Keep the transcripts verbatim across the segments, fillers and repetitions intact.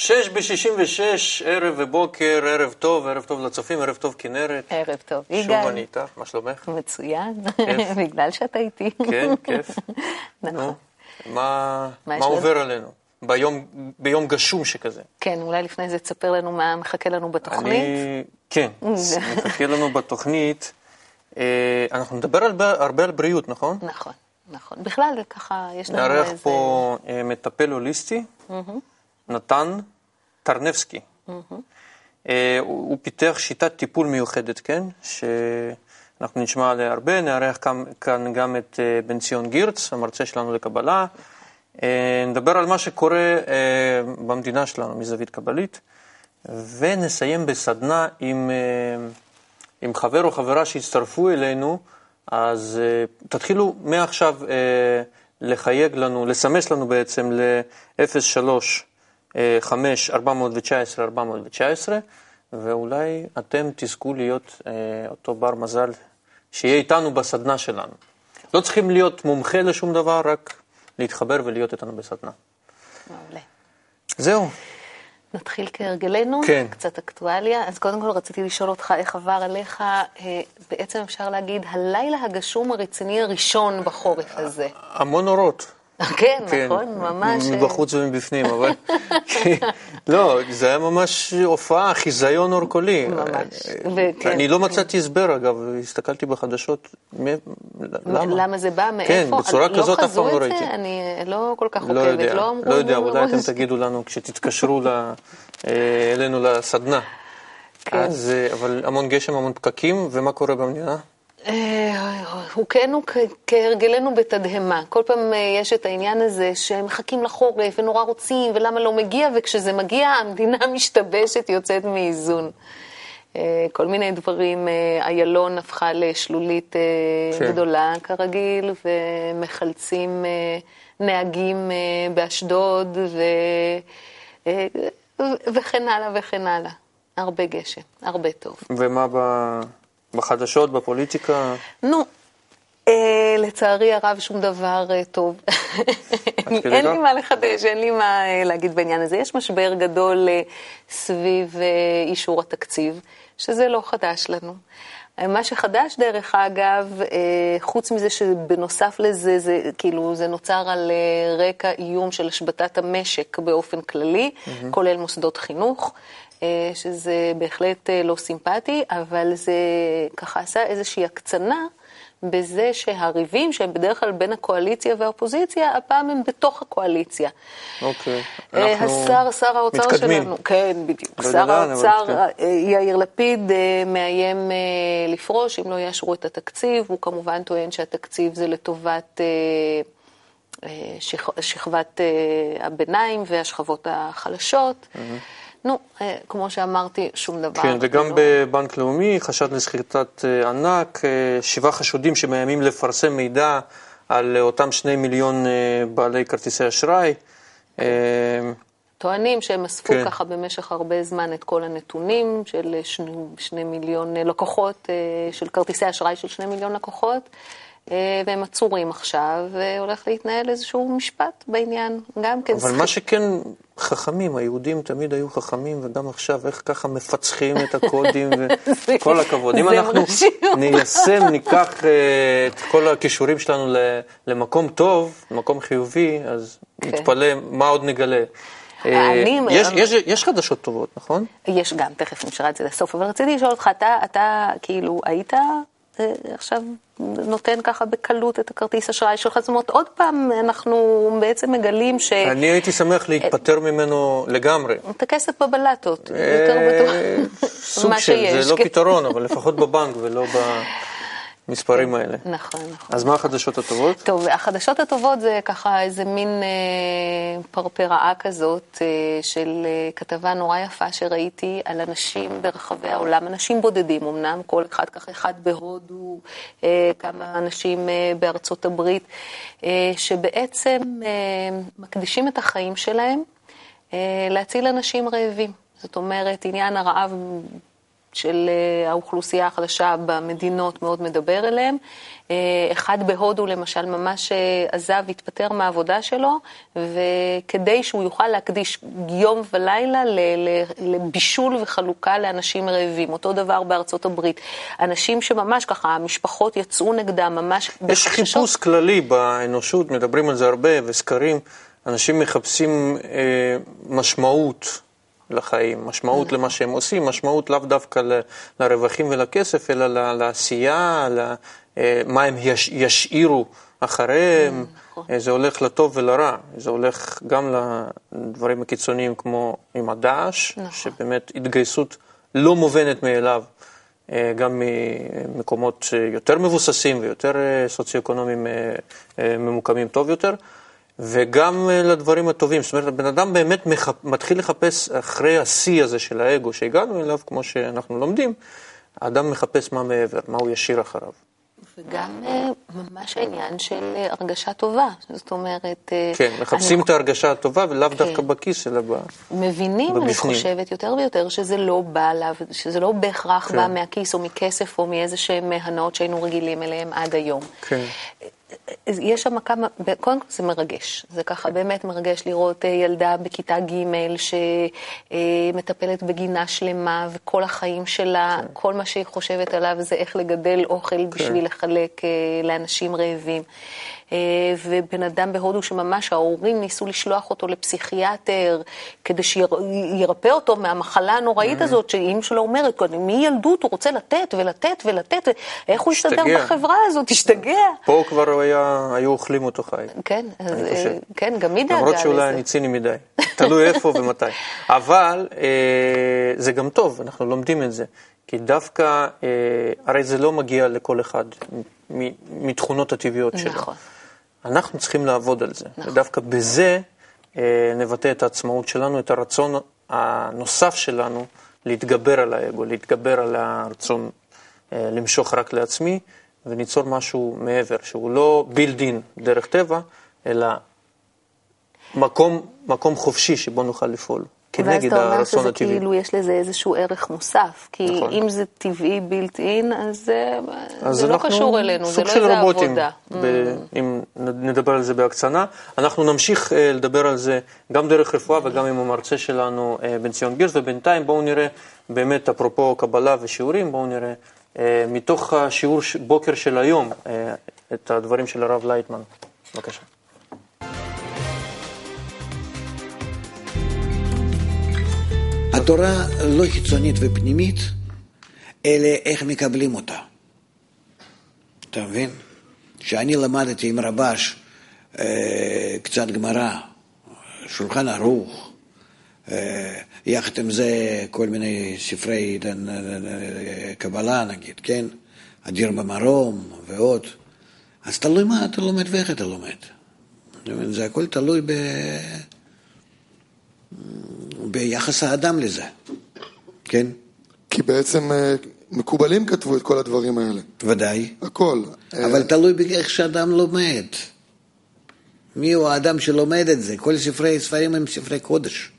שש בשישים ושש, ערב ובוקר, ערב טוב, ערב טוב לצופים, ערב טוב כנרת. ערב טוב, שוב יגאל. אני איתך, מה שלומך? מצוין, כיף. בגלל שאתה איתי. כן, כיף. נכון. נו, מה, מה מה יש עובר עלינו ביום, ביום גשום שכזה? כן, אולי לפני זה תספר לנו מה מחכה לנו בתוכנית. אני, כן, מחכה לנו בתוכנית. אה, אנחנו נדבר על, הרבה על בריאות, נכון? נכון, נכון. בכלל, ככה, יש לנו נערך איזה... פה אה, מטפל הוליסטי, נתן טרנבסקי. אה, הוא, הוא פיתח שיטת טיפול מיוחדת, כן? שאנחנו נשמע עליה הרבה. נערך כאן, כאן גם את אה, בן ציון גירץ, המרצה שלנו לקבלה. אה, נדבר על מה שקורה אה, במדינה שלנו מזווית קבלית, ונסיים בסדנה עם, אה, עם חבר או חברה שהצטרפו אלינו. אז uh, תתחילו מעכשיו uh, לחייג לנו, לסמס לנו בעצם ל-אפס שלוש חמש ארבע תשע עשרה ארבע תשע עשרה, ואולי אתם תזכו להיות uh, אותו בר מזל שיהיה איתנו בסדנה שלנו. לא צריכים להיות מומחה לשום דבר, רק להתחבר ולהיות איתנו בסדנה. מעולה. זהו. נתחיל כהרגלנו, כן. קצת אקטואליה. אז קודם כל רציתי לשאול אותך איך עבר עליך, אה, בעצם אפשר להגיד, הלילה הגשום הרציני הראשון בחורף הזה. המון אורות. כן, נכון, ממש. מבחוץ ומבפנים, אבל... לא, זה היה ממש הופעה, חיזיון אור קולי. ממש. אני לא מצאתי הסבר, אגב, הסתכלתי בחדשות. למה? למה זה בא? מאיפה? כן, בצורה כזאת אף פעם לא ראיתי. לא חזו את זה? אני לא כל כך לא עוקבת. יודע, לא אמרו... לא יודע, אולי אתם תגידו לנו כשתתקשרו אלינו לסדנה. אז, אבל המון גשם, המון פקקים, ומה קורה במדינה? הוכנו כהרגלנו בתדהמה. כל פעם יש את העניין הזה שמחכים לחורף ונורא רוצים ולמה לא מגיע, וכשזה מגיע המדינה משתבשת, יוצאת מאיזון. כל מיני דברים, איילון הפכה לשלולית גדולה כרגיל, ומחלצים נהגים באשדוד וכן הלאה וכן הלאה. הרבה גשם, הרבה טוב. ומה ב... בחדשות, בפוליטיקה? נו, אה, לצערי הרב שום דבר אה, טוב. אין לי מה לחדש, אין לי מה אה, להגיד בעניין הזה. יש משבר גדול אה, סביב אה, אישור התקציב, שזה לא חדש לנו. אה, מה שחדש דרך אגב, אה, חוץ מזה שבנוסף לזה, זה, כאילו, זה נוצר על אה, רקע איום של השבתת המשק באופן כללי, mm-hmm. כולל מוסדות חינוך. שזה בהחלט לא סימפטי, אבל זה ככה עשה איזושהי הקצנה בזה שהריבים שהם בדרך כלל בין הקואליציה והאופוזיציה, הפעם הם בתוך הקואליציה. אוקיי, אנחנו השר, שר האוצר מתקדמים. שלנו, כן, בדיוק. שר האוצר יאיר לפיד מאיים לפרוש, אם לא יאשרו את התקציב, הוא כמובן טוען שהתקציב זה לטובת שכבת הביניים והשכבות החלשות. נו, כמו שאמרתי, שום דבר. כן, וגם לא... בבנק לאומי, חשד לסחיטת ענק, שבעה חשודים שמאיימים לפרסם מידע על אותם שני מיליון בעלי כרטיסי אשראי. טוענים שהם אספו כן. ככה במשך הרבה זמן את כל הנתונים של שני, שני מיליון לקוחות, של כרטיסי אשראי של שני מיליון לקוחות, והם עצורים עכשיו, והולך להתנהל איזשהו משפט בעניין. גם כן אבל סחיט... מה שכן... חכמים, היהודים תמיד היו חכמים, וגם עכשיו איך ככה מפצחים את הקודים, וכל הכבוד. אם אנחנו ניישם, ניקח את כל הכישורים שלנו למקום טוב, למקום חיובי, אז נתפלא מה עוד נגלה. יש חדשות טובות, נכון? יש גם, תכף נשארה את זה לסוף, אבל רציתי לשאול אותך, אתה כאילו היית עכשיו נותן ככה בקלות את הכרטיס אשראי שלך, זאת אומרת, עוד פעם אנחנו בעצם מגלים ש... אני הייתי שמח להתפטר ממנו לגמרי. את הכסף בבלטות, יותר בטוח. סוג של, זה לא פתרון, אבל לפחות בבנק ולא במספרים האלה. נכון, נכון. אז מה החדשות הטובות? טוב, החדשות הטובות זה ככה איזה מין פרפראה כזאת של כתבה נורא יפה שראיתי על אנשים ברחבי העולם, אנשים בודדים אמנם, כל אחד כך אחד בהודו, כמה אנשים בארצות הברית, שבעצם מקדישים את החיים שלהם להציל אנשים רעבים. זאת אומרת, עניין הרעב של האוכלוסייה החדשה במדינות מאוד מדבר אליהם. אחד בהודו למשל ממש עזב, התפטר מהעבודה שלו, וכדי שהוא יוכל להקדיש יום ולילה לבישול וחלוקה לאנשים רעבים. אותו דבר בארצות הברית. אנשים שממש ככה, המשפחות יצאו נגדם ממש יש בחששות. חיפוש כללי באנושות, מדברים על זה הרבה וסקרים, אנשים מחפשים אה, משמעות לחיים, משמעות למה שהם עושים, משמעות לאו דווקא ל, לרווחים ולכסף, אלא ל, לעשייה, ל, אה, מה הם יש, ישאירו אחריהם, אה, זה הולך לטוב ולרע, זה הולך גם לדברים הקיצוניים כמו עם הדאעש, שבאמת התגייסות לא מובנת מאליו, אה, גם ממקומות יותר מבוססים ויותר אה, סוציו-אקונומיים אה, אה, ממוקמים טוב יותר, וגם לדברים הטובים. זאת אומרת, הבן אדם באמת מחפ... מתחיל לחפש אחרי השיא הזה של האגו שהגענו אליו, כמו שאנחנו לומדים, האדם מחפש מה מעבר, מה הוא ישיר אחריו. וגם ממש העניין של הרגשה טובה. זאת אומרת... כן, מחפשים אני... את ההרגשה הטובה, ולאו כן. דווקא בכיס, אלא ב... מבינים, בבפנים. אני חושבת, יותר ויותר, שזה לא בא לה, שזה לא בהכרח כן. בא מהכיס או מכסף או מאיזה שהם מהנאות שהיינו רגילים אליהם עד היום. כן. יש שם כמה, קודם כל זה מרגש, זה ככה באמת מרגש לראות ילדה בכיתה ג' שמטפלת בגינה שלמה וכל החיים שלה, כן. כל מה שהיא חושבת עליו זה איך לגדל אוכל כן. בשביל לחלק לאנשים רעבים. ובן אדם בהודו שממש ההורים ניסו לשלוח אותו לפסיכיאטר כדי שירפא אותו מהמחלה הנוראית mm-hmm. הזאת שאמא שלו אומרת, מילדות הוא רוצה לתת ולתת ולתת, איך הוא יסתדר בחברה הזאת, תשתגע. פה כבר היה, היו אוכלים אותו חי. כן, אז, כן, גם מי דאגה לזה. למרות שאולי אני ציני מדי, תלוי איפה ומתי. אבל אה, זה גם טוב, אנחנו לומדים את זה, כי דווקא, אה, הרי זה לא מגיע לכל אחד מתכונות הטבעיות שלו. נכון. אנחנו צריכים לעבוד על זה, נכון. ודווקא בזה אה, נבטא את העצמאות שלנו, את הרצון הנוסף שלנו להתגבר על האגו, להתגבר על הרצון אה, למשוך רק לעצמי, וניצור משהו מעבר, שהוא לא בילדין דרך טבע, אלא מקום, מקום חופשי שבו נוכל לפעול. כנגד הרצון הטבעי. ואז אתה אומר שזה כאילו יש לזה איזשהו ערך מוסף, כי נכון. אם זה טבעי בילט אין, אז זה, אז זה לא קשור אלינו, זה לא איזה עבודה. ב- mm. אם נדבר על זה בהקצנה, אנחנו נמשיך uh, לדבר על זה גם דרך רפואה וגם עם המרצה שלנו uh, בן ציון גירש, ובינתיים בואו נראה באמת אפרופו קבלה ושיעורים, בואו נראה uh, מתוך השיעור בוקר של היום uh, את הדברים של הרב לייטמן. בבקשה. התורה לא חיצונית ופנימית, אלא איך מקבלים אותה. אתה מבין? כשאני למדתי עם רבש אה, קצת גמרא, שולחן ערוך, אה, יחד עם זה כל מיני ספרי דן, אה, קבלה נגיד, כן? אדיר במרום ועוד. אז תלוי מה אתה לומד ואיך אתה לומד. זה הכל תלוי ב... ביחס האדם לזה, כן? כי בעצם מקובלים כתבו את כל הדברים האלה. ודאי. הכל. אבל תלוי באיך שאדם לומד. מי הוא האדם שלומד את זה? כל ספרי ספרים הם ספרי קודש.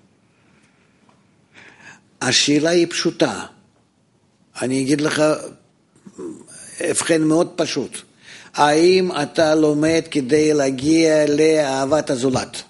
השאלה היא פשוטה. אני אגיד לך, הבחן מאוד פשוט. האם אתה לומד כדי להגיע לאהבת הזולת?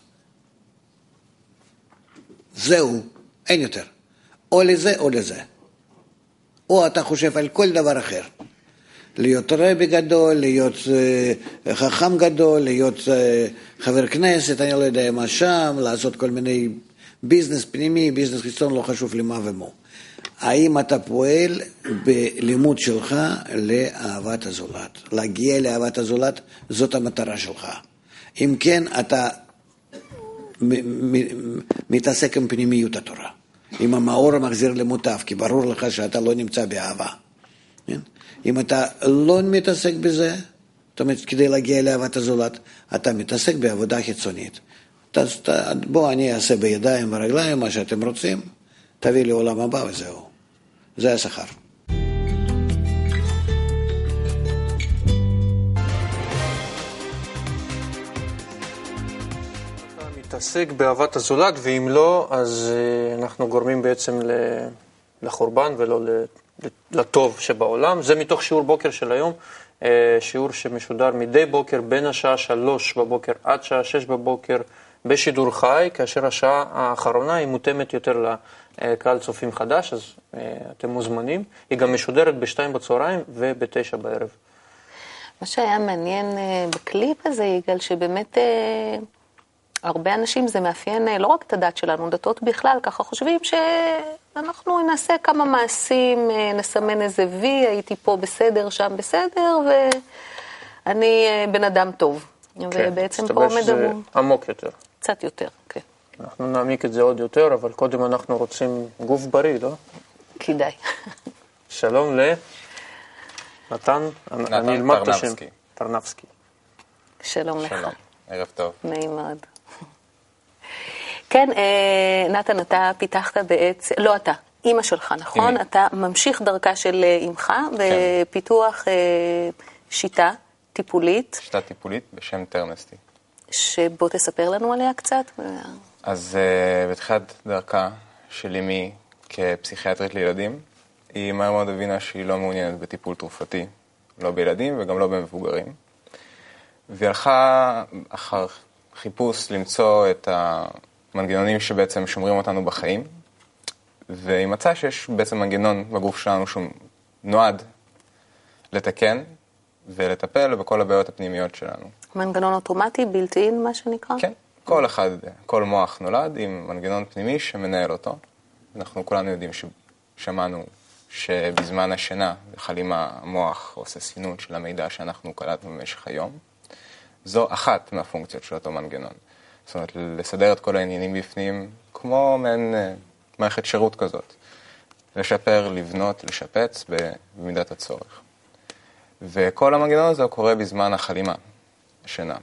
זהו, אין יותר. או לזה או לזה. או אתה חושב על כל דבר אחר. להיות רבי גדול, להיות uh, חכם גדול, להיות uh, חבר כנסת, אני לא יודע מה שם, לעשות כל מיני ביזנס פנימי, ביזנס חיצון, לא חשוב למה ומו. האם אתה פועל בלימוד שלך לאהבת הזולת? להגיע לאהבת הזולת, זאת המטרה שלך. אם כן, אתה מתעסק עם פנימיות התורה, עם המאור המחזיר למוטב, כי ברור לך שאתה לא נמצא באהבה. אם אתה לא מתעסק בזה, זאת אומרת, כדי להגיע לאהבת הזולת, אתה מתעסק בעבודה חיצונית. בוא, אני אעשה בידיים ורגליים מה שאתם רוצים, תביא לי עולם הבא וזהו. זה השכר. מתעסק באהבת הזולת, ואם לא, אז אנחנו גורמים בעצם לחורבן ולא לטוב שבעולם. זה מתוך שיעור בוקר של היום, שיעור שמשודר מדי בוקר בין השעה שלוש בבוקר עד שעה שש בבוקר בשידור חי, כאשר השעה האחרונה היא מותאמת יותר לקהל צופים חדש, אז אתם מוזמנים. היא גם משודרת בשתיים בצהריים ובתשע בערב. מה שהיה מעניין בקליפ הזה, יגאל, שבאמת הרבה אנשים, זה מאפיין לא רק את הדת שלנו, דתות בכלל, ככה חושבים שאנחנו נעשה כמה מעשים, נסמן איזה וי, הייתי פה בסדר, שם בסדר, ואני בן אדם טוב. כן, ובעצם פה מדברים... שזה עמוק יותר. קצת יותר, כן. אנחנו נעמיק את זה עוד יותר, אבל קודם אנחנו רוצים גוף בריא, לא? כדאי. שלום ל... נתן, אני אלמד את השם. טרנבסקי. שלום לך. שלום, ערב טוב. נעים מאוד. כן, נתן, אתה פיתחת בעצם, לא אתה, אמא שלך, נכון? אמי. אתה ממשיך דרכה של אמך בפיתוח שיטה טיפולית. שיטה טיפולית בשם טרנסטי. שבוא תספר לנו עליה קצת. אז uh, בתחילת דרכה של אמי כפסיכיאטרית לילדים, היא מהר מאוד הבינה שהיא לא מעוניינת בטיפול תרופתי, לא בילדים וגם לא במבוגרים. והיא הלכה אחר חיפוש למצוא את המנגנונים שבעצם שומרים אותנו בחיים, והיא מצאה שיש בעצם מנגנון בגוף שלנו שנועד לתקן ולטפל בכל הבעיות הפנימיות שלנו. מנגנון אוטומטי, בלתי-אין, מה שנקרא? כן, כל אחד, כל מוח נולד עם מנגנון פנימי שמנהל אותו. אנחנו כולנו יודעים ששמענו שבזמן השינה, חלימה המוח עושה סינון של המידע שאנחנו קלטנו במשך היום. זו אחת מהפונקציות של אותו מנגנון. זאת אומרת, לסדר את כל העניינים בפנים, כמו מעין מערכת שירות כזאת. לשפר, לבנות, לשפץ במידת הצורך. וכל המנגנון הזה קורה בזמן החלימה, השינה.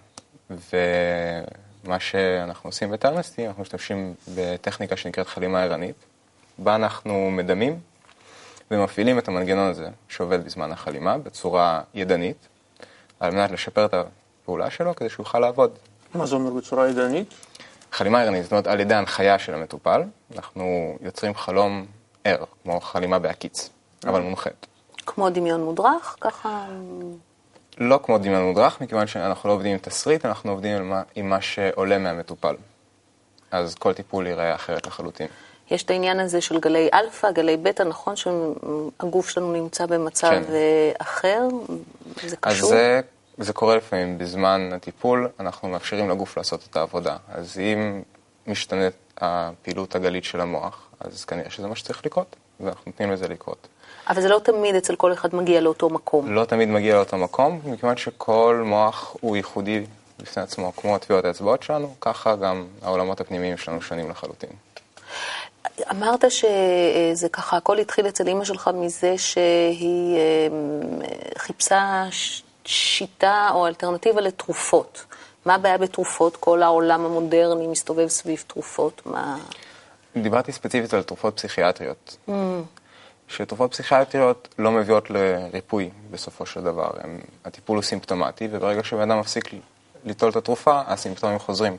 ומה שאנחנו עושים בטרנסטי, אנחנו משתמשים בטכניקה שנקראת חלימה ערנית, בה אנחנו מדמים ומפעילים את המנגנון הזה שעובד בזמן החלימה בצורה ידנית, על מנת לשפר את הפעולה שלו כדי שהוא יוכל לעבוד. מה זה אומר בצורה ידנית? חלימה ערנית, זאת אומרת, על ידי ההנחיה של המטופל, אנחנו יוצרים חלום ער, כמו חלימה בהקיץ, אבל מונחת. כמו דמיון מודרך, ככה... לא כמו דמיון מודרך, מכיוון שאנחנו לא עובדים עם תסריט, אנחנו עובדים עם מה, עם מה שעולה מהמטופל. אז כל טיפול ייראה אחרת לחלוטין. יש את העניין הזה של גלי אלפא, גלי בטא, נכון שהגוף שלנו נמצא במצב כן. אחר? זה קשור? אז זה, זה קורה לפעמים. בזמן הטיפול אנחנו מאפשרים לגוף לעשות את העבודה. אז אם משתנית הפעילות הגלית של המוח, אז כנראה שזה מה שצריך לקרות, ואנחנו נותנים לזה לקרות. אבל זה לא תמיד אצל כל אחד מגיע לאותו מקום. לא תמיד מגיע לאותו מקום, מכיוון שכל מוח הוא ייחודי בפני עצמו, כמו הטביעות האצבעות שלנו, ככה גם העולמות הפנימיים שלנו שונים לחלוטין. אמרת שזה ככה, הכל התחיל אצל אמא שלך מזה שהיא חיפשה שיטה או אלטרנטיבה לתרופות. מה הבעיה בתרופות? כל העולם המודרני מסתובב סביב תרופות. מה... דיברתי ספציפית על תרופות פסיכיאטריות. Mm. שתרופות פסיכיאטריות לא מביאות לריפוי בסופו של דבר. הם, הטיפול הוא סימפטומטי, וברגע שבאדם מפסיק ליטול את התרופה, הסימפטומים חוזרים.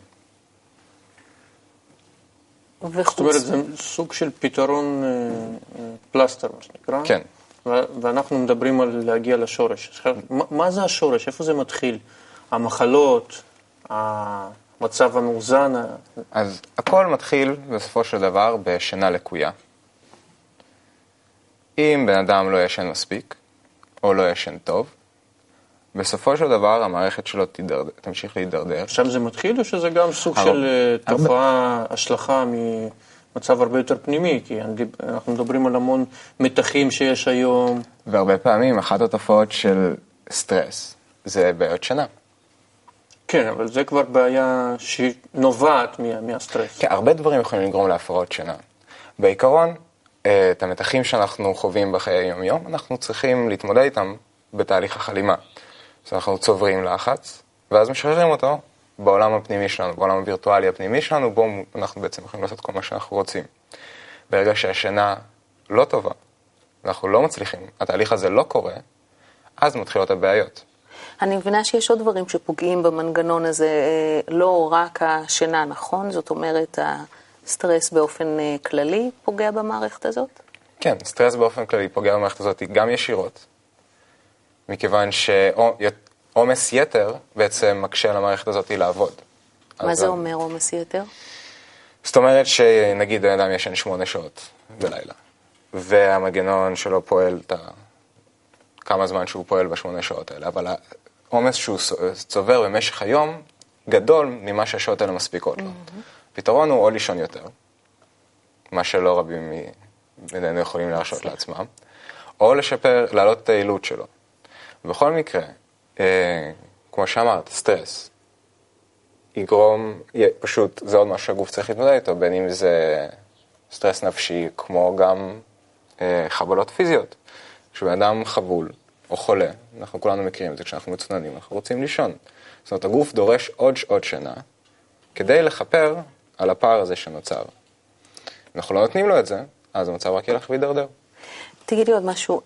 זאת אומרת, זה סוג של פתרון פלסטר, מה שנקרא. כן. ואנחנו מדברים על להגיע לשורש. מה זה השורש? איפה זה מתחיל? המחלות, המצב המאוזן? אז הכל מתחיל בסופו של דבר בשינה לקויה. אם בן אדם לא ישן מספיק, או לא ישן טוב, בסופו של דבר המערכת שלו תידרדר, תמשיך להידרדר. שם זה מתחיל או שזה גם סוג הר... של הרבה... תופעה, השלכה ממצב הרבה יותר פנימי? כי אנחנו מדברים על המון מתחים שיש היום. והרבה פעמים אחת התופעות של סטרס זה בעיות שינה. כן, אבל זה כבר בעיה שנובעת מה, מהסטרס. כן, הרבה דברים יכולים לגרום להפרעות שינה. בעיקרון, את המתחים שאנחנו חווים בחיי היום-יום, אנחנו צריכים להתמודד איתם בתהליך החלימה. אז אנחנו צוברים לחץ, ואז משחררים אותו בעולם הפנימי שלנו, בעולם הווירטואלי הפנימי שלנו, בו אנחנו בעצם יכולים לעשות כל מה שאנחנו רוצים. ברגע שהשינה לא טובה, אנחנו לא מצליחים, התהליך הזה לא קורה, אז מתחילות הבעיות. אני מבינה שיש עוד דברים שפוגעים במנגנון הזה, לא רק השינה, נכון? זאת אומרת, הסטרס באופן כללי פוגע במערכת הזאת? כן, סטרס באופן כללי פוגע במערכת הזאת גם ישירות, מכיוון שעומס יתר בעצם מקשה על המערכת הזאת לעבוד. מה זה אומר עומס יתר? זאת אומרת שנגיד בן אדם ישן שמונה שעות בלילה, והמנגנון שלו פועל את כמה זמן שהוא פועל בשמונה שעות האלה, אבל העומס שהוא צובר במשך היום גדול ממה שהשעות האלה מספיקות לו. הפתרון הוא או לישון יותר, מה שלא רבים בינינו יכולים להרשות לעצמם, או לשפר, להעלות את היעילות שלו. בכל מקרה, אה, כמו שאמרת, סטרס, יגרום, פשוט זה עוד משהו שהגוף צריך להתמודד איתו, בין אם זה סטרס נפשי, כמו גם אה, חבלות פיזיות. כשבן אדם חבול או חולה, אנחנו כולנו מכירים את זה, כשאנחנו מצוננים, אנחנו רוצים לישון. זאת אומרת, הגוף דורש עוד שעות שינה, כדי לחפר על הפער הזה שנוצר. אנחנו לא נותנים לו את זה, אז המצב רק ילך וידרדר. תגיד לי עוד משהו,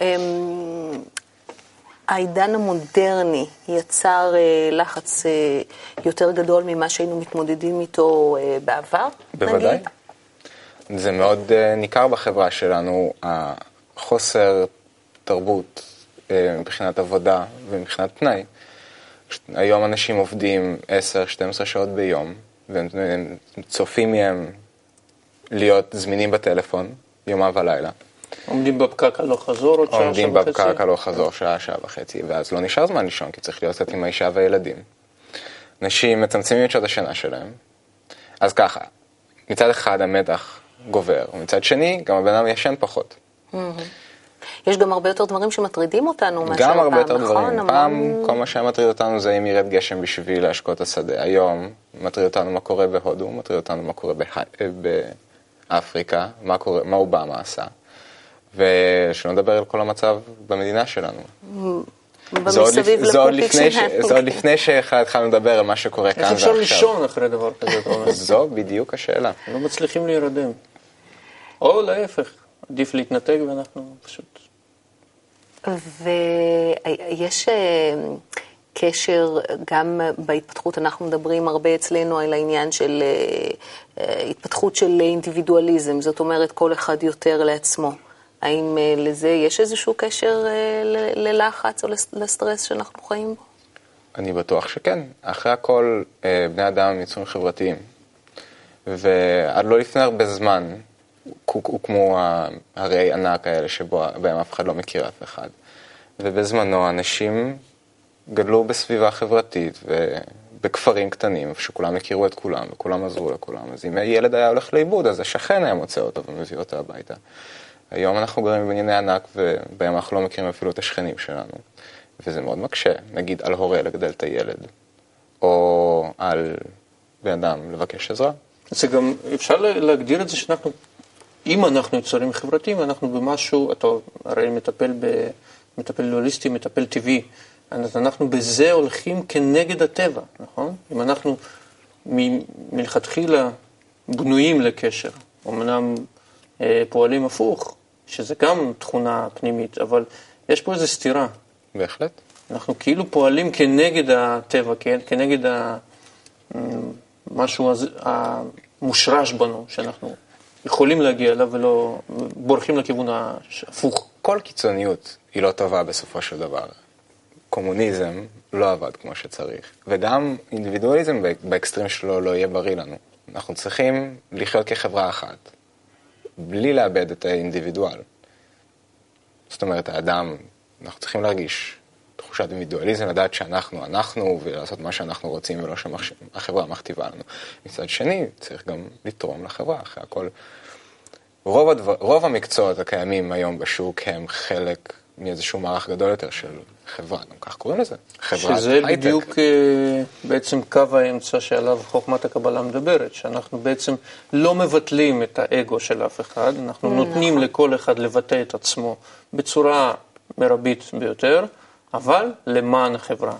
העידן המודרני יצר לחץ יותר גדול ממה שהיינו מתמודדים איתו בעבר? בוודאי. זה מאוד ניכר בחברה שלנו, החוסר תרבות מבחינת עבודה ומבחינת פנאי. היום אנשים עובדים עשר שתים עשרה שעות ביום, והם צופים מהם להיות זמינים בטלפון, יומה ולילה. עומדים בפקק הלוך חזור עוד שעה, שעה וחצי? עומדים בפקק הלוך חזור שעה, שעה וחצי, ואז לא נשאר זמן לישון, כי צריך להיות קצת עם האישה והילדים. אנשים מצמצמים את שעות השינה שלהם. אז ככה, מצד אחד המתח גובר, ומצד שני, גם הבן אדם ישן פחות. יש גם הרבה יותר דברים שמטרידים אותנו מאשר פעם, גם הרבה יותר דברים. נכון? פעם, כל מה שמטריד אותנו זה אם ירד גשם בשביל להשקות השדה. היום, מטריד אותנו מה קורה בהודו, מטריד אותנו מה קורה באפריקה, מה קורה, מה אובמה עשה. ושלא נדבר על כל המצב במדינה שלנו. זה עוד לפני שהתחלנו לדבר על מה שקורה כאן ועכשיו. איך אפשר לישון אחרי דבר כזה? זו בדיוק השאלה. לא מצליחים להירדם. או להפך, עדיף להתנתק ואנחנו פשוט... ויש קשר גם בהתפתחות, אנחנו מדברים הרבה אצלנו על העניין של התפתחות של אינדיבידואליזם, זאת אומרת כל אחד יותר לעצמו. האם לזה יש איזשהו קשר ללחץ או לסטרס שאנחנו חיים בו? אני בטוח שכן. אחרי הכל, בני אדם יצורים חברתיים. ועד לא לפני הרבה זמן, הוקמו הרי ענק האלה שבהם אף אחד לא מכיר אף אחד. ובזמנו אנשים גדלו בסביבה חברתית ובכפרים קטנים, שכולם הכירו את כולם וכולם עזרו לכולם. אז אם ילד היה הולך לאיבוד, אז השכן היה מוצא אותו ומביא אותו הביתה. היום אנחנו גרים בבנייני ענק ובהם אנחנו לא מכירים אפילו את השכנים שלנו. וזה מאוד מקשה, נגיד על הורה לגדל את הילד, או על בן אדם לבקש עזרה. זה גם, אפשר להגדיר את זה שאנחנו, אם אנחנו יצורים חברתיים, אנחנו במשהו, אתה הרי מטפל, ב, מטפל הוליסטי, מטפל טבעי, אז אנחנו בזה הולכים כנגד הטבע, נכון? אם אנחנו מלכתחילה בנויים לקשר, אמנם פועלים הפוך, שזה גם תכונה פנימית, אבל יש פה איזו סתירה. בהחלט. אנחנו כאילו פועלים כנגד הטבע, כן? כנגד ה... משהו המושרש בנו, שאנחנו יכולים להגיע אליו ולא בורחים לכיוון ההפוך. כל קיצוניות היא לא טובה בסופו של דבר. קומוניזם לא עבד כמו שצריך, וגם אינדיבידואליזם באקסטרים שלו לא יהיה בריא לנו. אנחנו צריכים לחיות כחברה אחת, בלי לאבד את האינדיבידואל. זאת אומרת, האדם, אנחנו צריכים להרגיש תחושת אינדיבידואליזם, לדעת שאנחנו, אנחנו, ולעשות מה שאנחנו רוצים, ולא שהחברה מכתיבה לנו. מצד שני, צריך גם לתרום לחברה, אחרי הכל. רוב, הדבר, רוב המקצועות הקיימים היום בשוק הם חלק מאיזשהו מערך גדול יותר של חברה, גם כך קוראים לזה, חברת הייטק. שזה בדיוק בעצם קו האמצע שעליו חוכמת הקבלה מדברת, שאנחנו בעצם לא מבטלים את האגו של אף אחד, אנחנו נותנים לכל אחד לבטא את עצמו בצורה מרבית ביותר, אבל למען החברה.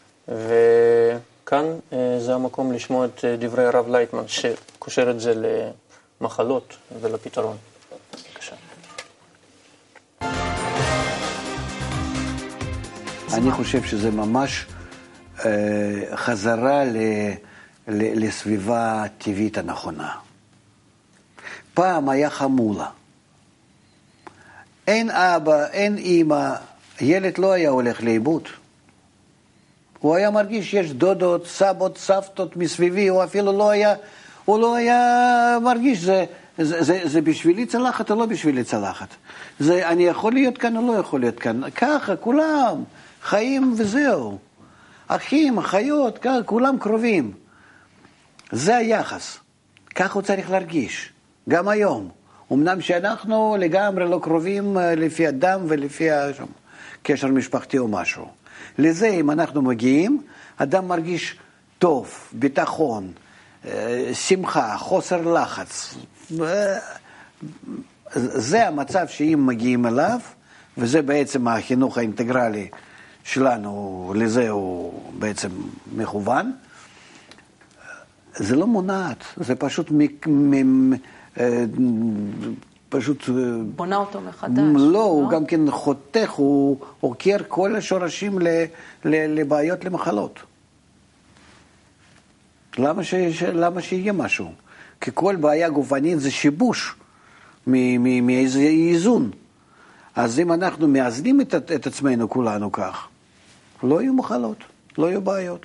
וכאן זה המקום לשמוע את דברי הרב לייטמן, שקושר את זה למחלות ולפתרון. בבקשה. אני חושב שזה ממש אה, חזרה ל, ל, לסביבה הטבעית הנכונה. פעם היה חמולה. אין אבא, אין אמא, ילד לא היה הולך לאיבוד. הוא היה מרגיש שיש דודות, סבות, סבתות מסביבי, הוא אפילו לא היה, הוא לא היה מרגיש, זה, זה, זה, זה בשבילי צלחת או לא בשבילי צלחת. זה, אני יכול להיות כאן או לא יכול להיות כאן. ככה, כולם, חיים וזהו. אחים, אחיות, ככה, כולם קרובים. זה היחס. כך הוא צריך להרגיש, גם היום. אמנם שאנחנו לגמרי לא קרובים לפי הדם ולפי קשר משפחתי או משהו. לזה אם אנחנו מגיעים, אדם מרגיש טוב, ביטחון, שמחה, חוסר לחץ. זה המצב שאם מגיעים אליו, וזה בעצם החינוך האינטגרלי שלנו, לזה הוא בעצם מכוון. זה לא מונעת, זה פשוט מ... פשוט... בונה אותו מחדש. לא, הוא גם כן חותך, הוא עוקר כל השורשים לבעיות, למחלות. למה שיהיה משהו? כי כל בעיה גופנית זה שיבוש מאיזה איזון. אז אם אנחנו מאזנים את עצמנו כולנו כך, לא יהיו מחלות, לא יהיו בעיות.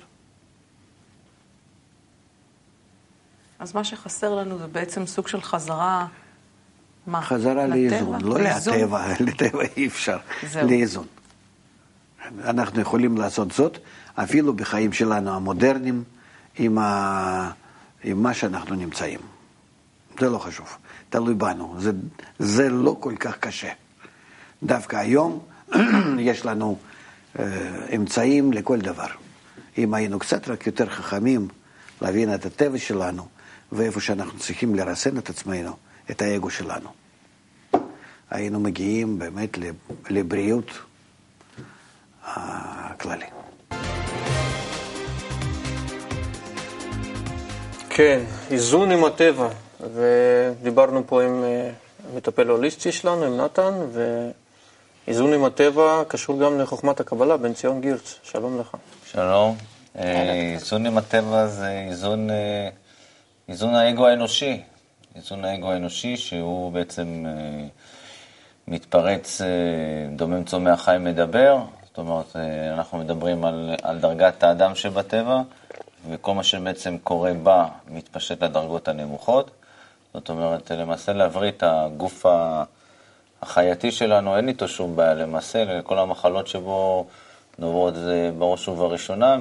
אז מה שחסר לנו זה בעצם סוג של חזרה, מה? חזרה לאיזון, לא לטבע, לטבע אי אפשר, לאיזון. אנחנו יכולים לעשות זאת, אפילו בחיים שלנו המודרניים, עם, ה... עם מה שאנחנו נמצאים. זה לא חשוב, תלוי בנו, זה, זה לא כל כך קשה. דווקא היום יש לנו אה, אמצעים לכל דבר. אם היינו קצת רק יותר חכמים, להבין את הטבע שלנו, ואיפה שאנחנו צריכים לרסן את עצמנו, את האגו שלנו. היינו מגיעים באמת לבריאות הכללי. כן, איזון עם הטבע, ודיברנו פה עם מטפל הוליסטי שלנו, עם נתן, ואיזון עם הטבע קשור גם לחוכמת הקבלה, בן ציון גירץ. שלום לך. שלום. איזון עם הטבע זה איזון, איזון האגו האנושי. איזון האגו האנושי שהוא בעצם מתפרץ, דומם צומח חי מדבר. זאת אומרת, אנחנו מדברים על, על דרגת האדם שבטבע, וכל מה שבעצם קורה בה מתפשט לדרגות הנמוכות. זאת אומרת, למעשה להבריא את הגוף החייתי שלנו, אין איתו שום בעיה. למעשה, לכל המחלות שבו נובעות זה בראש ובראשונה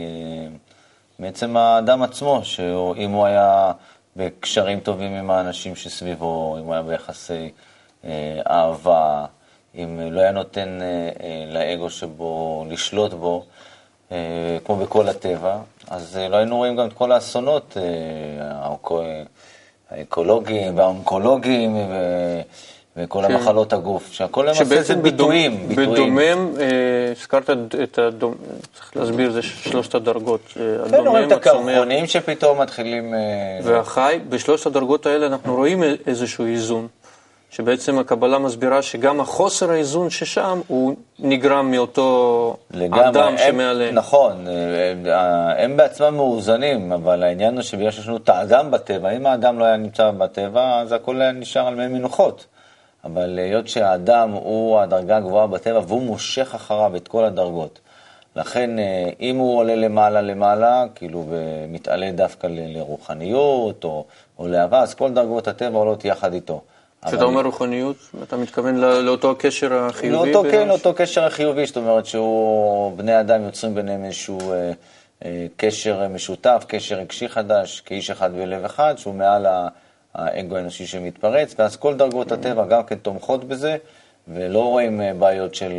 מעצם האדם עצמו, שאם הוא היה בקשרים טובים עם האנשים שסביבו, אם הוא היה ביחסי אה, אהבה, אם לא היה נותן אה, לאגו שבו לשלוט בו, אה, כמו בכל הטבע, אז אה, לא היינו רואים גם את כל האסונות אה, האקולוגיים והאונקולוגיים ו... וכל כן. המחלות הגוף, שהכל למעשה זה ביטויים. בדומם, הזכרת את הדומם, צריך להסביר, זה שלושת הדרגות. כן, רואים את הקרחונים שפתאום מתחילים... והחי, בשלושת הדרגות האלה אנחנו רואים איזשהו איזון, שבעצם הקבלה מסבירה שגם החוסר האיזון ששם הוא נגרם מאותו אדם שמעליהם. נכון, הם בעצמם מאוזנים, אבל העניין הוא שבגלל שיש לנו את האדם בטבע, אם האדם לא היה נמצא בטבע, אז הכל היה נשאר על מי מנוחות. אבל להיות שהאדם הוא הדרגה הגבוהה בטבע, והוא מושך אחריו את כל הדרגות. לכן, אם הוא עולה למעלה למעלה, כאילו מתעלה דווקא לרוחניות או, או לאהבה, אז כל דרגות הטבע עולות יחד איתו. כשאתה אומר רוחניות, אתה מתכוון לאותו הקשר החיובי? לאותו, כן, לאותו קשר החיובי, זאת אומרת שהוא, בני אדם יוצרים ביניהם איזשהו אה, אה, קשר משותף, קשר רגשי חדש, כאיש אחד בלב אחד, שהוא מעל ה... האגו האנושי שמתפרץ, ואז כל דרגות הטבע גם כן תומכות בזה, ולא רואים בעיות של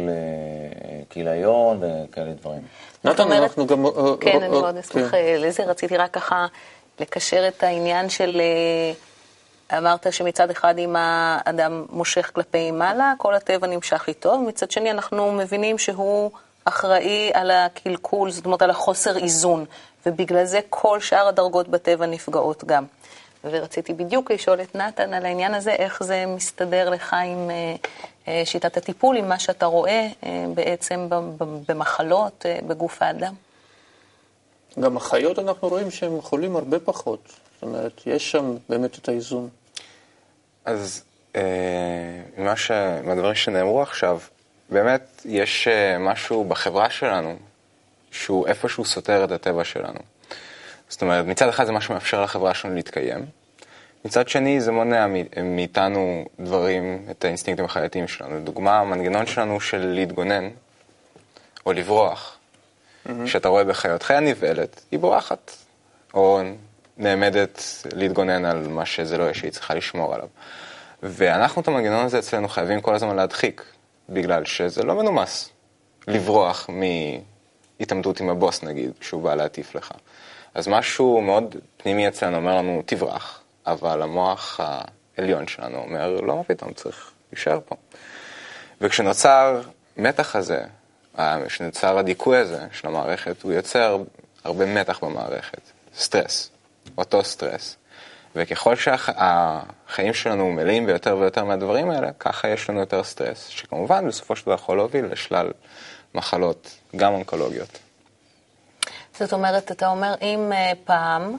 כיליון וכאלה דברים. נתן, אנחנו גם... כן, אני מאוד אשמח לזה, רציתי רק ככה לקשר את העניין של... אמרת שמצד אחד אם האדם מושך כלפי מעלה, כל הטבע נמשך איתו, ומצד שני אנחנו מבינים שהוא אחראי על הקלקול, זאת אומרת על החוסר איזון, ובגלל זה כל שאר הדרגות בטבע נפגעות גם. ורציתי בדיוק לשאול את נתן על העניין הזה, איך זה מסתדר לך עם שיטת הטיפול, עם מה שאתה רואה בעצם במחלות בגוף האדם. גם החיות אנחנו רואים שהם חולים הרבה פחות. זאת אומרת, יש שם באמת את האיזון. אז מה ש... מהדברים שנאמרו עכשיו, באמת יש משהו בחברה שלנו שהוא איפשהו סותר את הטבע שלנו. זאת אומרת, מצד אחד זה מה שמאפשר לחברה שלנו להתקיים, מצד שני זה מונע מאיתנו דברים, את האינסטינקטים החייתיים שלנו. לדוגמה, המנגנון שלנו של להתגונן או לברוח, mm-hmm. שאתה רואה בחיות, חיה נבעלת, היא בורחת, או נעמדת להתגונן על מה שזה לא יש, שהיא צריכה לשמור עליו. ואנחנו את המנגנון הזה אצלנו חייבים כל הזמן להדחיק, בגלל שזה לא מנומס לברוח מהתעמתות עם הבוס נגיד, כשהוא בא להטיף לך. אז משהו מאוד פנימי אצלנו אומר לנו, תברח, אבל המוח העליון שלנו אומר, לא מה פתאום, צריך להישאר פה. וכשנוצר מתח הזה, כשנוצר הדיכוי הזה של המערכת, הוא יוצר הרבה מתח במערכת, סטרס, אותו סטרס. וככל שהחיים שלנו מלאים ביותר ויותר מהדברים האלה, ככה יש לנו יותר סטרס, שכמובן בסופו של דבר יכול להוביל לשלל מחלות, גם אונקולוגיות. זאת אומרת, אתה אומר, אם פעם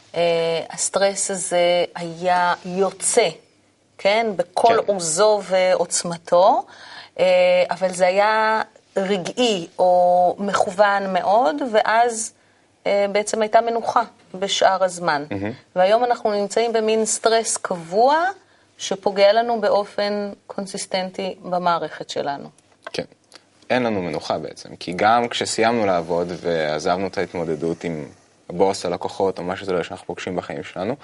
הסטרס הזה היה יוצא, כן, בכל כן. עוזו ועוצמתו, אבל זה היה רגעי או מכוון מאוד, ואז בעצם הייתה מנוחה בשאר הזמן. Mm-hmm. והיום אנחנו נמצאים במין סטרס קבוע, שפוגע לנו באופן קונסיסטנטי במערכת שלנו. כן. אין לנו מנוחה בעצם, כי גם כשסיימנו לעבוד ועזבנו את ההתמודדות עם הבוס, הלקוחות, או מה שזה לא שאנחנו פוגשים בחיים שלנו,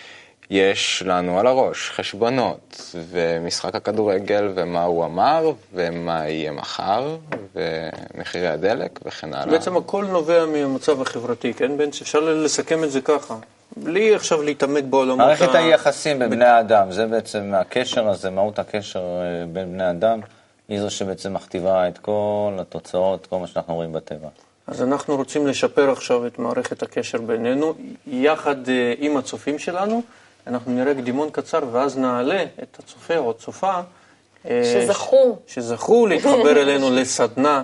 יש לנו על הראש חשבונות, ומשחק הכדורגל, ומה הוא אמר, ומה יהיה מחר, ומחירי הדלק, וכן הלאה. בעצם הכל נובע מהמצב החברתי, כן? בין שאפשר לסכם את זה ככה. בלי עכשיו להתעמק בעולמות... מערכת היחסים בין בני האדם, זה בעצם הקשר הזה, מהות הקשר בין בני האדם, היא זו שבעצם מכתיבה את כל התוצאות, כל מה שאנחנו רואים בטבע. אז אנחנו רוצים לשפר עכשיו את מערכת הקשר בינינו, יחד עם הצופים שלנו, אנחנו נראה קדימון קצר, ואז נעלה את הצופה או הצופה, שזכו. שזכו להתחבר אלינו לסדנה,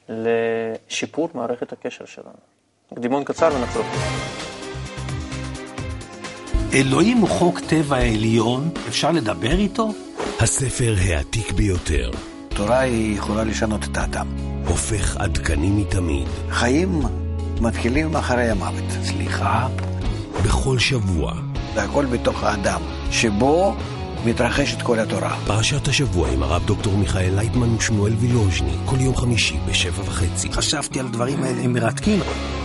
לשיפור מערכת הקשר שלנו. קדימון קצר ונחזור. אלוהים הוא חוק טבע העליון, אפשר לדבר איתו? הספר העתיק ביותר. תורה היא יכולה לשנות את האדם. הופך עדכני מתמיד. חיים מתחילים אחרי המוות. סליחה? בכל שבוע. והכל בתוך האדם, שבו מתרחשת כל התורה. פרשת השבוע עם הרב דוקטור מיכאל לייטמן ושמואל וילוז'ני, כל יום חמישי בשבע וחצי. חשבתי על דברים האלה, הם מרתקים.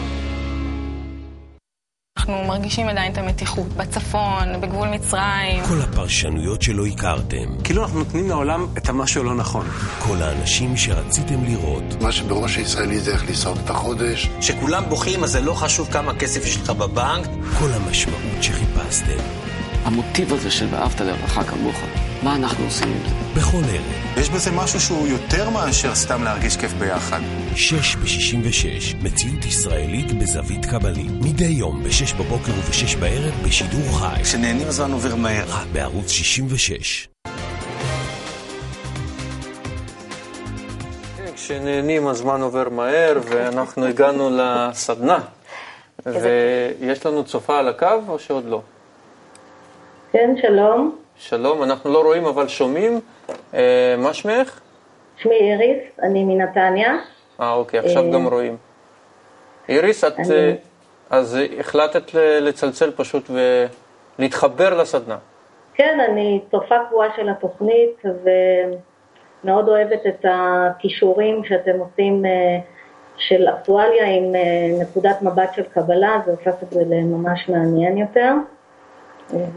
אנחנו מרגישים עדיין את המתיחות בצפון, בגבול מצרים. כל הפרשנויות שלא הכרתם. כאילו אנחנו נותנים לעולם את המשהו לא נכון. כל האנשים שרציתם לראות. מה שבראש הישראלי זה איך לסעוד את החודש. שכולם בוכים, אז זה לא חשוב כמה כסף יש לך בבנק. כל המשמעות שחיפשתם. המוטיב הזה של ואהבת לרעך כמוך, מה אנחנו עושים עם זה? בכל ערב. יש בזה משהו שהוא יותר מאשר סתם להרגיש כיף ביחד. שש בשישים ושש, מציאות ישראלית בזווית קבלית. מדי יום בשש בבוקר ובשש בערב בשידור חי. כשנהנים הזמן עובר מהר. רק בערוץ שישים ושש. כשנהנים הזמן עובר מהר, ואנחנו הגענו לסדנה. ויש לנו צופה על הקו או שעוד לא? כן, שלום. שלום, אנחנו לא רואים אבל שומעים. אה, מה שמך? שמי איריס, אני מנתניה. אה, אוקיי, עכשיו גם רואים. איריס, את, אני... אז החלטת לצלצל פשוט ולהתחבר לסדנה. כן, אני צופה קבועה של התוכנית, ומאוד אוהבת את הכישורים שאתם עושים של אקטואליה עם נקודת מבט של קבלה, זה הופך את זה לממש מעניין יותר. ו...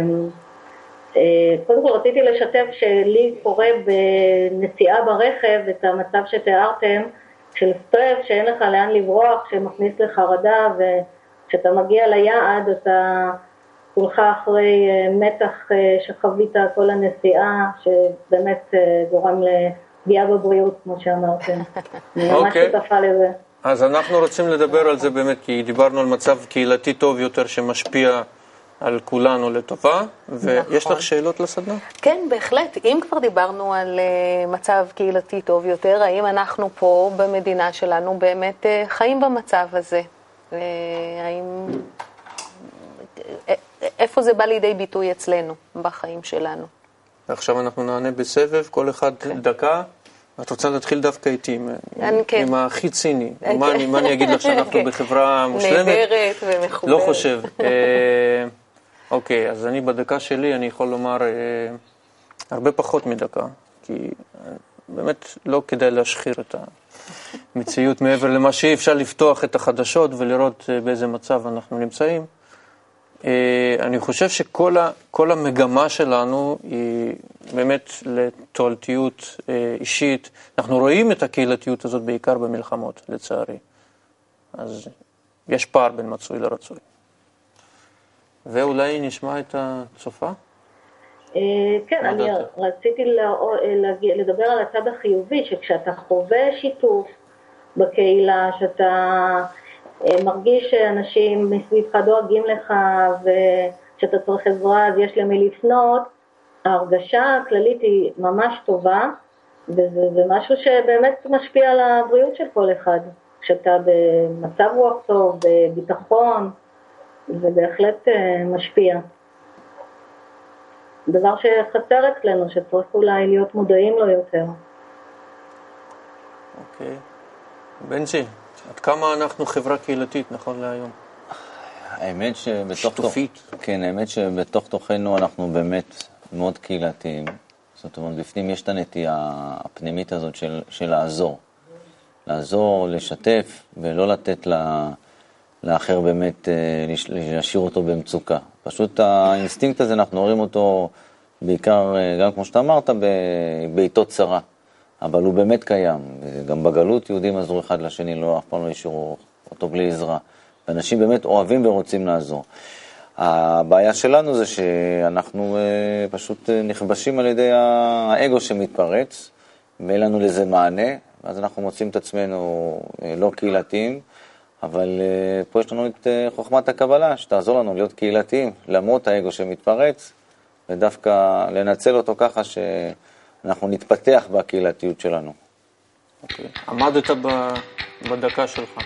קודם כל רציתי לשתף שלי קורה בנסיעה ברכב את המצב שתיארתם של סטרס שאין לך לאן לברוח, שמכניס לחרדה, וכשאתה מגיע ליעד אתה כולך אחרי מתח שחווית כל הנסיעה, שבאמת גורם לפגיעה בבריאות כמו שאמרתם. אני ממש שותפה לזה. אז אנחנו רוצים לדבר על זה באמת, כי דיברנו על מצב קהילתי טוב יותר שמשפיע על כולנו לטובה, ויש נכון. לך שאלות לסדנה? כן, בהחלט. אם כבר דיברנו על uh, מצב קהילתי טוב יותר, האם אנחנו פה במדינה שלנו באמת uh, חיים במצב הזה? Uh, האם... איפה זה בא לידי ביטוי אצלנו, בחיים שלנו? ועכשיו אנחנו נענה בסבב, כל אחד דקה. את רוצה להתחיל דווקא איתי, עם הכי ציני. מה אני אגיד לך שאנחנו בחברה מושלמת? נהדרת ומחוברת. לא חושב. אוקיי, אז אני בדקה שלי, אני יכול לומר הרבה פחות מדקה, כי באמת לא כדאי להשחיר את המציאות מעבר למה שאי אפשר לפתוח את החדשות ולראות באיזה מצב אנחנו נמצאים. אני חושב שכל ה, כל המגמה שלנו היא באמת לתועלתיות אישית. אנחנו רואים את הקהילתיות הזאת בעיקר במלחמות, לצערי. אז יש פער בין מצוי לרצוי. ואולי נשמע את הצופה? כן, אני רציתי לדבר על הצד החיובי, שכשאתה חווה שיתוף בקהילה, שאתה מרגיש שאנשים מסביבך דואגים לך ושאתה צריך עזרה אז יש למי לפנות, ההרגשה הכללית היא ממש טובה, וזה משהו שבאמת משפיע על הבריאות של כל אחד. כשאתה במצב רוח טוב, בביטחון, זה בהחלט משפיע. דבר שחסר אצלנו, שצריך אולי להיות מודעים לו יותר. אוקיי. בנצ'י, עד כמה אנחנו חברה קהילתית נכון להיום? האמת שבתוך תוכית. כן, האמת שבתוך תוכנו אנחנו באמת מאוד קהילתיים. זאת אומרת, בפנים יש את הנטייה הפנימית הזאת של, של לעזור. לעזור, לשתף, ולא לתת לה, לאחר באמת, להשאיר אותו במצוקה. פשוט האינסטינקט הזה, אנחנו רואים אותו בעיקר, גם כמו שאתה אמרת, בעיתות צרה. אבל הוא באמת קיים. גם בגלות יהודים עזרו אחד לשני, לא, אף פעם לא השאירו אותו בלי עזרה. ואנשים באמת אוהבים ורוצים לעזור. הבעיה שלנו זה שאנחנו פשוט נכבשים על ידי האגו שמתפרץ, ואין לנו לזה מענה, אז אנחנו מוצאים את עצמנו לא קהילתיים, אבל פה יש לנו את חוכמת הקבלה, שתעזור לנו להיות קהילתיים, למרות האגו שמתפרץ, ודווקא לנצל אותו ככה שאנחנו נתפתח בקהילתיות שלנו. אוקיי. עמדת בדקה שלך.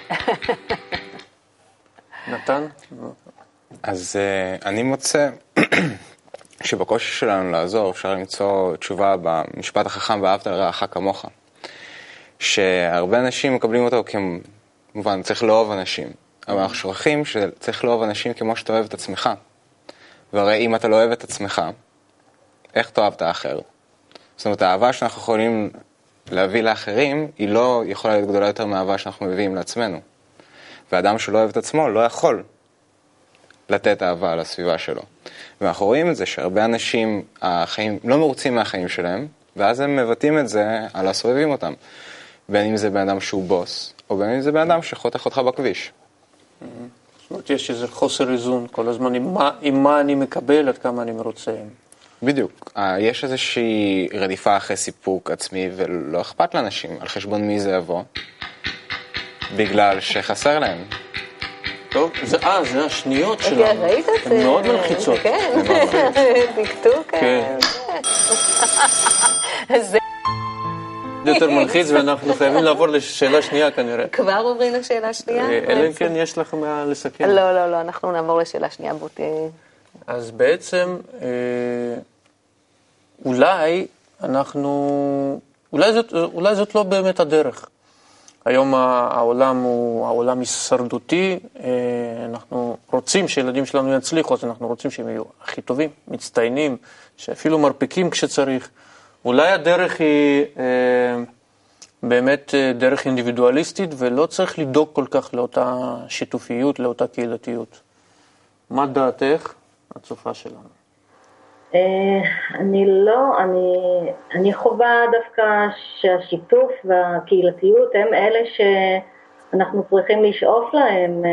נתן? אז uh, אני מוצא שבקושי שלנו לעזור אפשר למצוא תשובה במשפט החכם ואהבת לרעך כמוך, שהרבה אנשים מקבלים אותו כמובן צריך לאהוב אנשים, אבל אנחנו שוכחים שצריך לאהוב אנשים כמו שאתה אוהב את עצמך, והרי אם אתה לא אוהב את עצמך, איך תאהב את האחר? זאת אומרת, האהבה שאנחנו יכולים להביא לאחרים היא לא יכולה להיות גדולה יותר מהאהבה שאנחנו מביאים לעצמנו, ואדם שלא אוהב את עצמו לא יכול לתת אהבה לסביבה שלו. ואנחנו רואים את זה שהרבה אנשים, החיים, לא מרוצים מהחיים שלהם, ואז הם מבטאים את זה על הסובבים אותם. בין אם זה בן אדם שהוא בוס, או בין אם זה בן אדם שחותך אותך בכביש. זאת אומרת, יש איזה חוסר איזון כל הזמן, עם מה, עם מה אני מקבל, עד כמה אני מרוצה. בדיוק. יש איזושהי רדיפה אחרי סיפוק עצמי, ולא אכפת לאנשים על חשבון מי זה יבוא, בגלל שחסר להם. טוב, זה, אה, זה השניות שלנו. ראית את זה? הן מאוד מלחיצות. כן, דקדוק. כן. זה יותר מלחיץ, ואנחנו חייבים לעבור לשאלה שנייה כנראה. כבר עוברים לשאלה שנייה? אלא אם כן יש לך מה לסכם. לא, לא, לא, אנחנו נעבור לשאלה שנייה. אז בעצם, אולי אנחנו, אולי זאת, אולי זאת לא באמת הדרך. היום העולם הוא העולם הישרדותי, אנחנו רוצים שילדים שלנו יצליחו, אז אנחנו רוצים שהם יהיו הכי טובים, מצטיינים, שאפילו מרפקים כשצריך. אולי הדרך היא באמת דרך אינדיבידואליסטית, ולא צריך לדאוג כל כך לאותה שיתופיות, לאותה קהילתיות. מה דעתך, הצופה שלנו? אני לא, אני, אני חובה דווקא שהשיתוף והקהילתיות הם אלה שאנחנו צריכים לשאוף להם.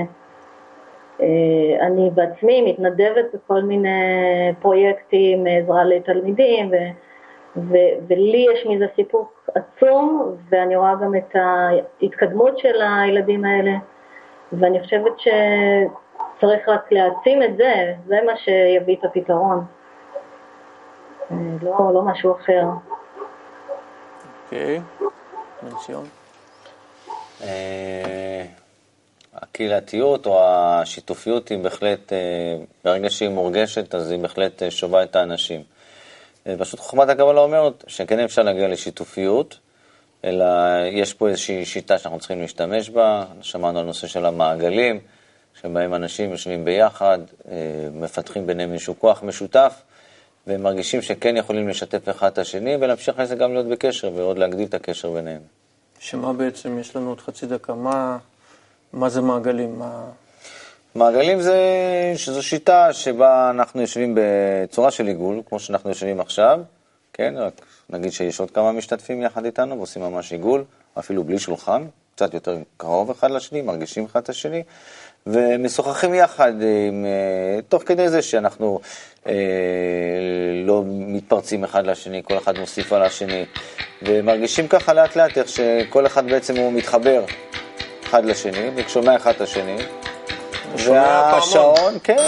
אני בעצמי מתנדבת בכל מיני פרויקטים, עזרה לתלמידים, ו, ו, ולי יש מזה סיפוק עצום, ואני רואה גם את ההתקדמות של הילדים האלה, ואני חושבת שצריך רק להעצים את זה, זה מה שיביא את הפתרון. לא, לא משהו אחר. אוקיי, מנציון. הקהילתיות או השיתופיות היא בהחלט, ברגע שהיא מורגשת, אז היא בהחלט שובה את האנשים. פשוט חוכמת הקבלה אומרת שכן אפשר להגיע לשיתופיות, אלא יש פה איזושהי שיטה שאנחנו צריכים להשתמש בה. שמענו על נושא של המעגלים, שבהם אנשים יושבים ביחד, מפתחים ביניהם איזשהו כוח משותף, והם מרגישים שכן יכולים לשתף אחד את השני, ולהמשיך לזה גם להיות בקשר, ועוד להגדיל את הקשר ביניהם. שמה בעצם, יש לנו עוד חצי דקה, מה, מה זה מעגלים? מה... מעגלים זה, שזו שיטה שבה אנחנו יושבים בצורה של עיגול, כמו שאנחנו יושבים עכשיו, כן? רק נגיד שיש עוד כמה משתתפים יחד איתנו, ועושים ממש עיגול, אפילו בלי שולחן, קצת יותר קרוב אחד לשני, מרגישים אחד את השני, ומשוחחים יחד, עם, תוך כדי זה שאנחנו אה, לא מתפרצים אחד לשני, כל אחד מוסיף על השני, ומרגישים ככה לאט לאט איך שכל אחד בעצם הוא מתחבר אחד לשני, וכשומע אחד את השני, והשעון, כן.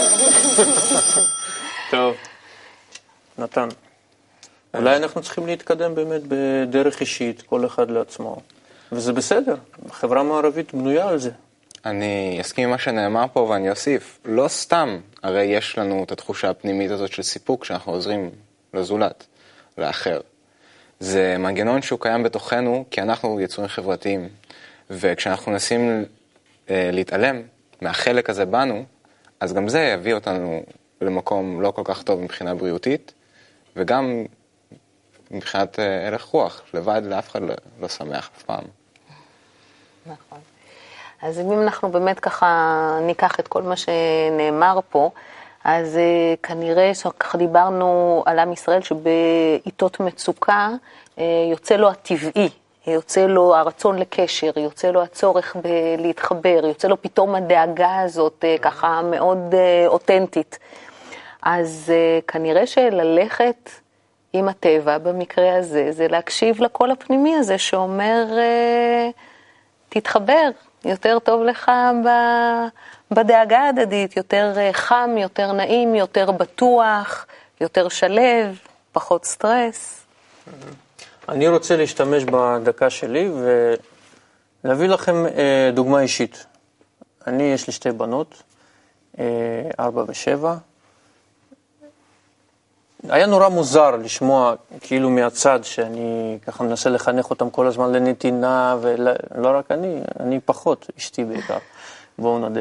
טוב, נתן, אולי אנחנו צריכים להתקדם באמת בדרך אישית, כל אחד לעצמו, וזה בסדר, החברה המערבית בנויה על זה. אני אסכים עם מה שנאמר פה ואני אוסיף, לא סתם, הרי יש לנו את התחושה הפנימית הזאת של סיפוק שאנחנו עוזרים לזולת, לאחר. זה מנגנון שהוא קיים בתוכנו כי אנחנו יצורים חברתיים, וכשאנחנו נסים אה, להתעלם מהחלק הזה בנו, אז גם זה יביא אותנו למקום לא כל כך טוב מבחינה בריאותית, וגם מבחינת אה, הלך רוח, לבד לאף אחד לא, לא שמח אף פעם. נכון. אז אם אנחנו באמת ככה ניקח את כל מה שנאמר פה, אז uh, כנראה שככה דיברנו על עם ישראל שבעיתות מצוקה uh, יוצא לו הטבעי, יוצא לו הרצון לקשר, יוצא לו הצורך ב- להתחבר, יוצא לו פתאום הדאגה הזאת uh, ככה מאוד uh, אותנטית. אז uh, כנראה שללכת עם הטבע במקרה הזה, זה להקשיב לקול הפנימי הזה שאומר uh, תתחבר. יותר טוב לך בדאגה ההדדית, יותר חם, יותר נעים, יותר בטוח, יותר שלב, פחות סטרס. אני רוצה להשתמש בדקה שלי ולהביא לכם דוגמה אישית. אני, יש לי שתי בנות, ארבע ושבע. היה נורא מוזר לשמוע כאילו מהצד שאני ככה מנסה לחנך אותם כל הזמן לנתינה, ולא רק אני, אני פחות, אשתי בעיקר, בואו נדע.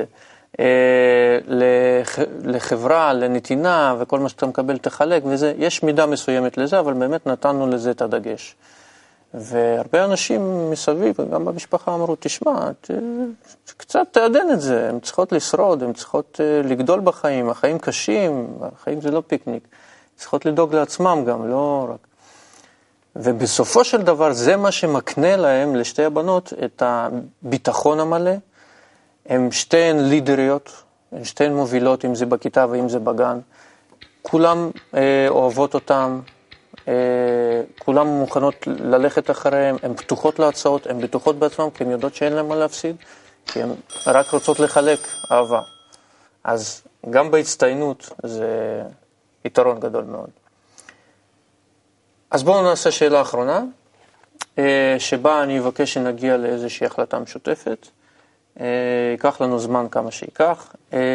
לחברה, לנתינה וכל מה שאתה מקבל תחלק, וזה, יש מידה מסוימת לזה, אבל באמת נתנו לזה את הדגש. והרבה אנשים מסביב, גם במשפחה אמרו, תשמע, ת, קצת תעדן את זה, הן צריכות לשרוד, הן צריכות לגדול בחיים, החיים קשים, החיים זה לא פיקניק. צריכות לדאוג לעצמם גם, לא רק. ובסופו של דבר זה מה שמקנה להם, לשתי הבנות, את הביטחון המלא. הן שתיהן לידריות, הן שתיהן מובילות, אם זה בכיתה ואם זה בגן. כולם אה, אוהבות אותם, אה, כולם מוכנות ללכת אחריהם, הן פתוחות להצעות, הן בטוחות בעצמם, כי הן יודעות שאין להם מה להפסיד, כי הן רק רוצות לחלק אהבה. אז גם בהצטיינות זה יתרון גדול מאוד. אז בואו נעשה שאלה אחרונה, שבה אני אבקש שנגיע לאיזושהי החלטה משותפת. ייקח לנו זמן כמה שיקח.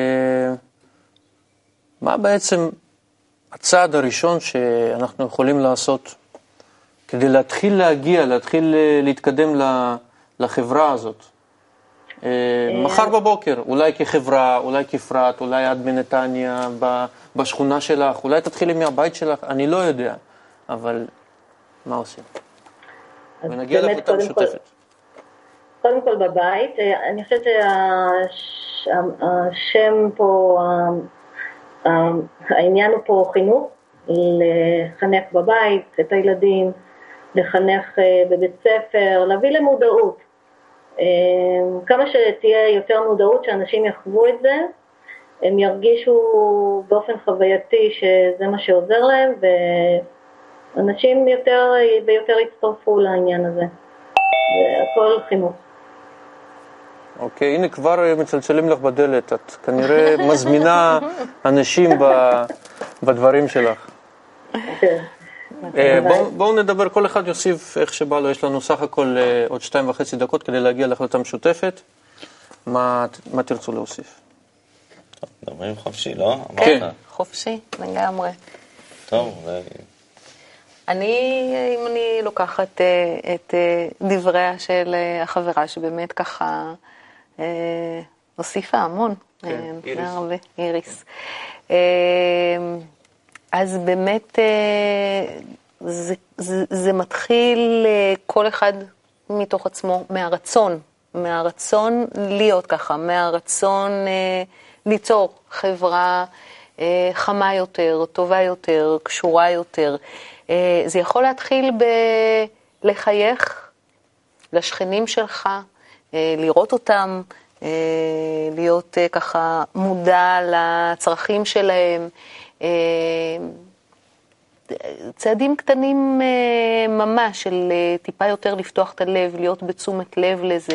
מה בעצם הצעד הראשון שאנחנו יכולים לעשות כדי להתחיל להגיע, להתחיל להתקדם לחברה הזאת? מחר בבוקר, אולי כחברה, אולי כפרט, אולי עד בנתניה, בשכונה שלך, אולי תתחילי מהבית שלך, אני לא יודע, אבל מה עושים? ונגיע להחלטה משותפת. קודם כל בבית, אני חושבת שהשם פה, העניין הוא פה חינוך, לחנך בבית את הילדים, לחנך בבית ספר, להביא למודעות. כמה שתהיה יותר מודעות שאנשים יחוו את זה, הם ירגישו באופן חווייתי שזה מה שעוזר להם, ואנשים יותר ויותר יצטרפו לעניין הזה. זה הכל חינוך. אוקיי, הנה כבר מצלצלים לך בדלת, את כנראה מזמינה אנשים בדברים שלך. בואו נדבר, כל אחד יוסיף איך שבא לו, יש לנו סך הכל עוד שתיים וחצי דקות כדי להגיע להחלטה משותפת. מה תרצו להוסיף? דברים חופשי, לא? כן, חופשי, לגמרי. טוב, אני, אם אני לוקחת את דבריה של החברה, שבאמת ככה הוסיפה המון, הרבה, איריס. אז באמת זה, זה, זה מתחיל כל אחד מתוך עצמו מהרצון, מהרצון להיות ככה, מהרצון ליצור חברה חמה יותר, טובה יותר, קשורה יותר. זה יכול להתחיל בלחייך לשכנים שלך, לראות אותם, להיות ככה מודע לצרכים שלהם. צעדים קטנים ממש של טיפה יותר לפתוח את הלב, להיות בתשומת לב לזה.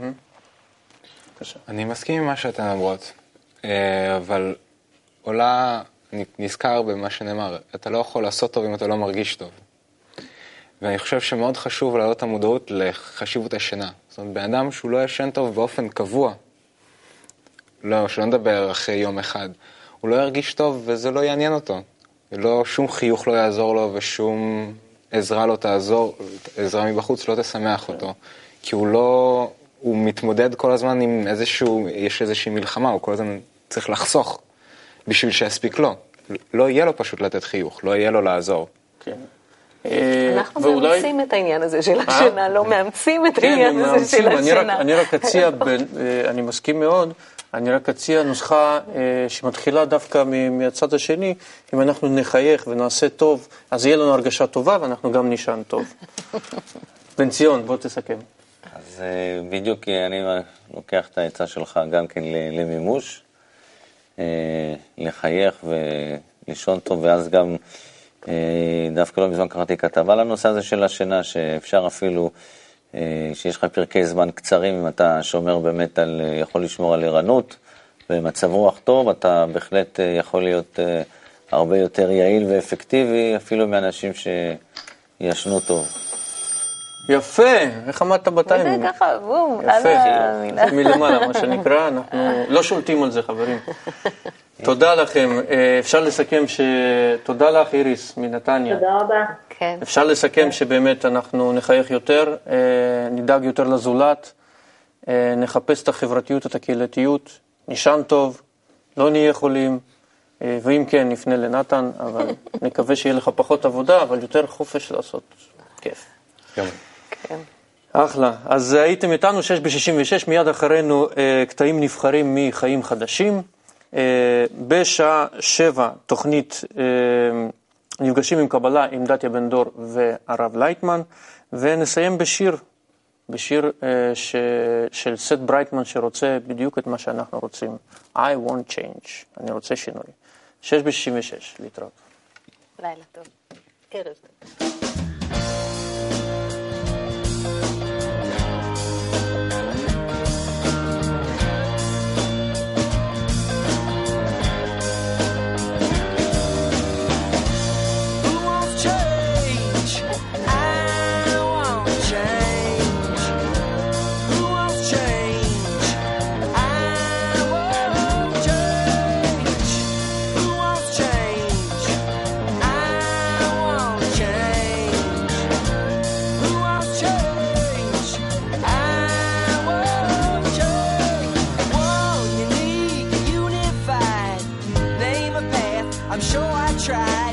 אני מסכים עם מה שאתן אומרות, אבל עולה, אני נזכר במה שנאמר, אתה לא יכול לעשות טוב אם אתה לא מרגיש טוב. ואני חושב שמאוד חשוב להעלות את המודעות לחשיבות השינה. זאת אומרת, בן אדם שהוא לא ישן טוב באופן קבוע, לא, שלא נדבר אחרי יום אחד, הוא לא ירגיש טוב וזה לא יעניין אותו. לא, שום חיוך לא יעזור לו ושום עזרה לא תעזור, עזרה מבחוץ לא תשמח אותו. כי הוא לא, הוא מתמודד כל הזמן עם איזשהו, יש איזושהי מלחמה, הוא כל הזמן צריך לחסוך בשביל שיספיק לו. לא יהיה לו פשוט לתת חיוך, לא יהיה לו לעזור. כן. אנחנו מאמצים את העניין הזה של השינה, לא מאמצים את העניין הזה של השינה. אני רק אציע, אני מסכים מאוד, אני רק אציע נוסחה שמתחילה דווקא מהצד השני, אם אנחנו נחייך ונעשה טוב, אז יהיה לנו הרגשה טובה ואנחנו גם נשען טוב. בן ציון, בוא תסכם. אז בדיוק אני לוקח את העצה שלך גם כן למימוש, לחייך ולישון טוב, ואז גם דווקא לא מזמן קראתי כתבה לנושא הזה של השינה, שאפשר אפילו, שיש לך פרקי זמן קצרים, אם אתה שומר באמת על, יכול לשמור על ערנות, ומצב רוח טוב, אתה בהחלט יכול להיות הרבה יותר יעיל ואפקטיבי, אפילו מאנשים שישנו טוב. יפה, איך עמדת בטיימינג? וזה ככה, בום, יפה, מלמעלה, מה שנקרא, אנחנו לא שולטים על זה, חברים. תודה לכם, אפשר לסכם ש... תודה לך איריס מנתניה. תודה רבה. כן. אפשר לסכם שבאמת אנחנו נחייך יותר, נדאג יותר לזולת, נחפש את החברתיות, את הקהילתיות, נשען טוב, לא נהיה חולים, ואם כן נפנה לנתן, אבל נקווה שיהיה לך פחות עבודה, אבל יותר חופש לעשות כיף. כן. כן. אחלה. אז הייתם איתנו שש ב-שישים ושש, מיד אחרינו קטעים נבחרים מחיים חדשים. בשעה שבע תוכנית נפגשים עם קבלה עם דתיה בן דור והרב לייטמן, ונסיים בשיר, בשיר ש... של סט ברייטמן שרוצה בדיוק את מה שאנחנו רוצים. I want change. אני רוצה שינוי. שש ב-שישים ושש, להתראות. לילה טוב. ערב טוב. I'm sure I tried.